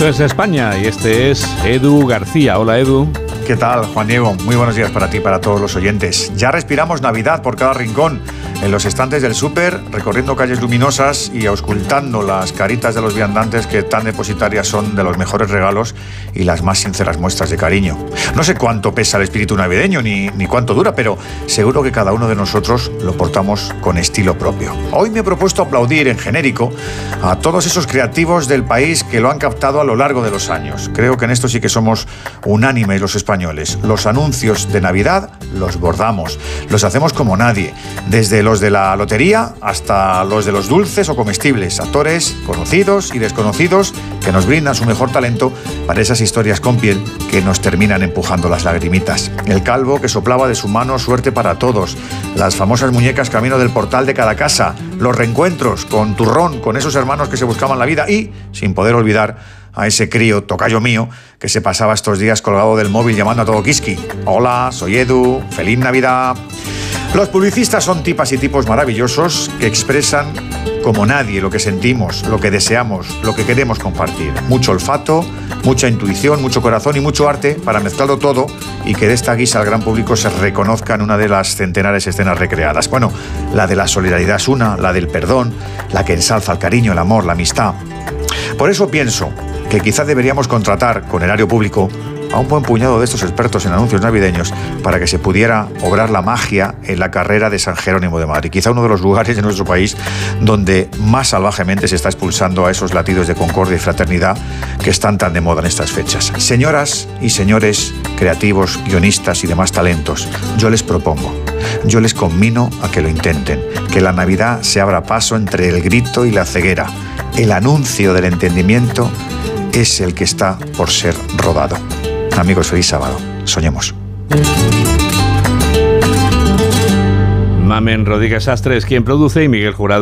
Esto es España y este es Edu García. Hola, Edu. ¿Qué tal, Juan Diego? Muy buenos días para ti y para todos los oyentes. Ya respiramos Navidad por cada rincón, en los estantes del súper, recorriendo calles luminosas y auscultando las caritas de los viandantes que tan depositarias son de los mejores regalos y las más sinceras muestras de cariño. No sé cuánto pesa el espíritu navideño ni cuánto dura, pero seguro que cada uno de nosotros lo portamos con estilo propio. Hoy me he propuesto aplaudir en genérico a todos esos creativos del país que lo han captado a lo largo de los años. Creo que en esto sí que somos unánimes los españoles. Los anuncios de Navidad los bordamos, los hacemos como nadie, desde los de la lotería hasta los de los dulces o comestibles, actores conocidos y desconocidos que nos brindan su mejor talento para esas historias con piel que nos terminan empujando las lagrimitas. El calvo que soplaba de su mano suerte para todos, las famosas muñecas camino del portal de cada casa, los reencuentros con turrón, con esos hermanos que se buscaban la vida y, sin poder olvidar, a ese crío, tocayo mío, que se pasaba estos días colgado del móvil llamando a todo Kiski. Hola, soy Edu, feliz Navidad. Los publicistas son tipas y tipos maravillosos que expresan como nadie lo que sentimos, lo que deseamos, lo que queremos compartir. Mucho olfato, mucha intuición, mucho corazón y mucho arte para mezclarlo todo y que de esta guisa al gran público se reconozca en una de las centenares escenas recreadas. Bueno, la de la solidaridad es una, la del perdón, la que ensalza el cariño, el amor, la amistad. Por eso pienso que quizás deberíamos contratar con erario público a un buen puñado de estos expertos en anuncios navideños para que se pudiera obrar la magia en la carrera de San Jerónimo de Madrid. Quizá uno de los lugares de nuestro país donde más salvajemente se está expulsando a esos latidos de concordia y fraternidad que están tan de moda en estas fechas. Señoras y señores creativos, guionistas y demás talentos, yo les propongo, yo les conmino a que lo intenten, que la Navidad se abra paso entre el grito y la ceguera. El anuncio del entendimiento es el que está por ser rodado. Amigos, feliz sábado. Soñemos. Mamen Rodríguez Astre es quien produce y Miguel Jurado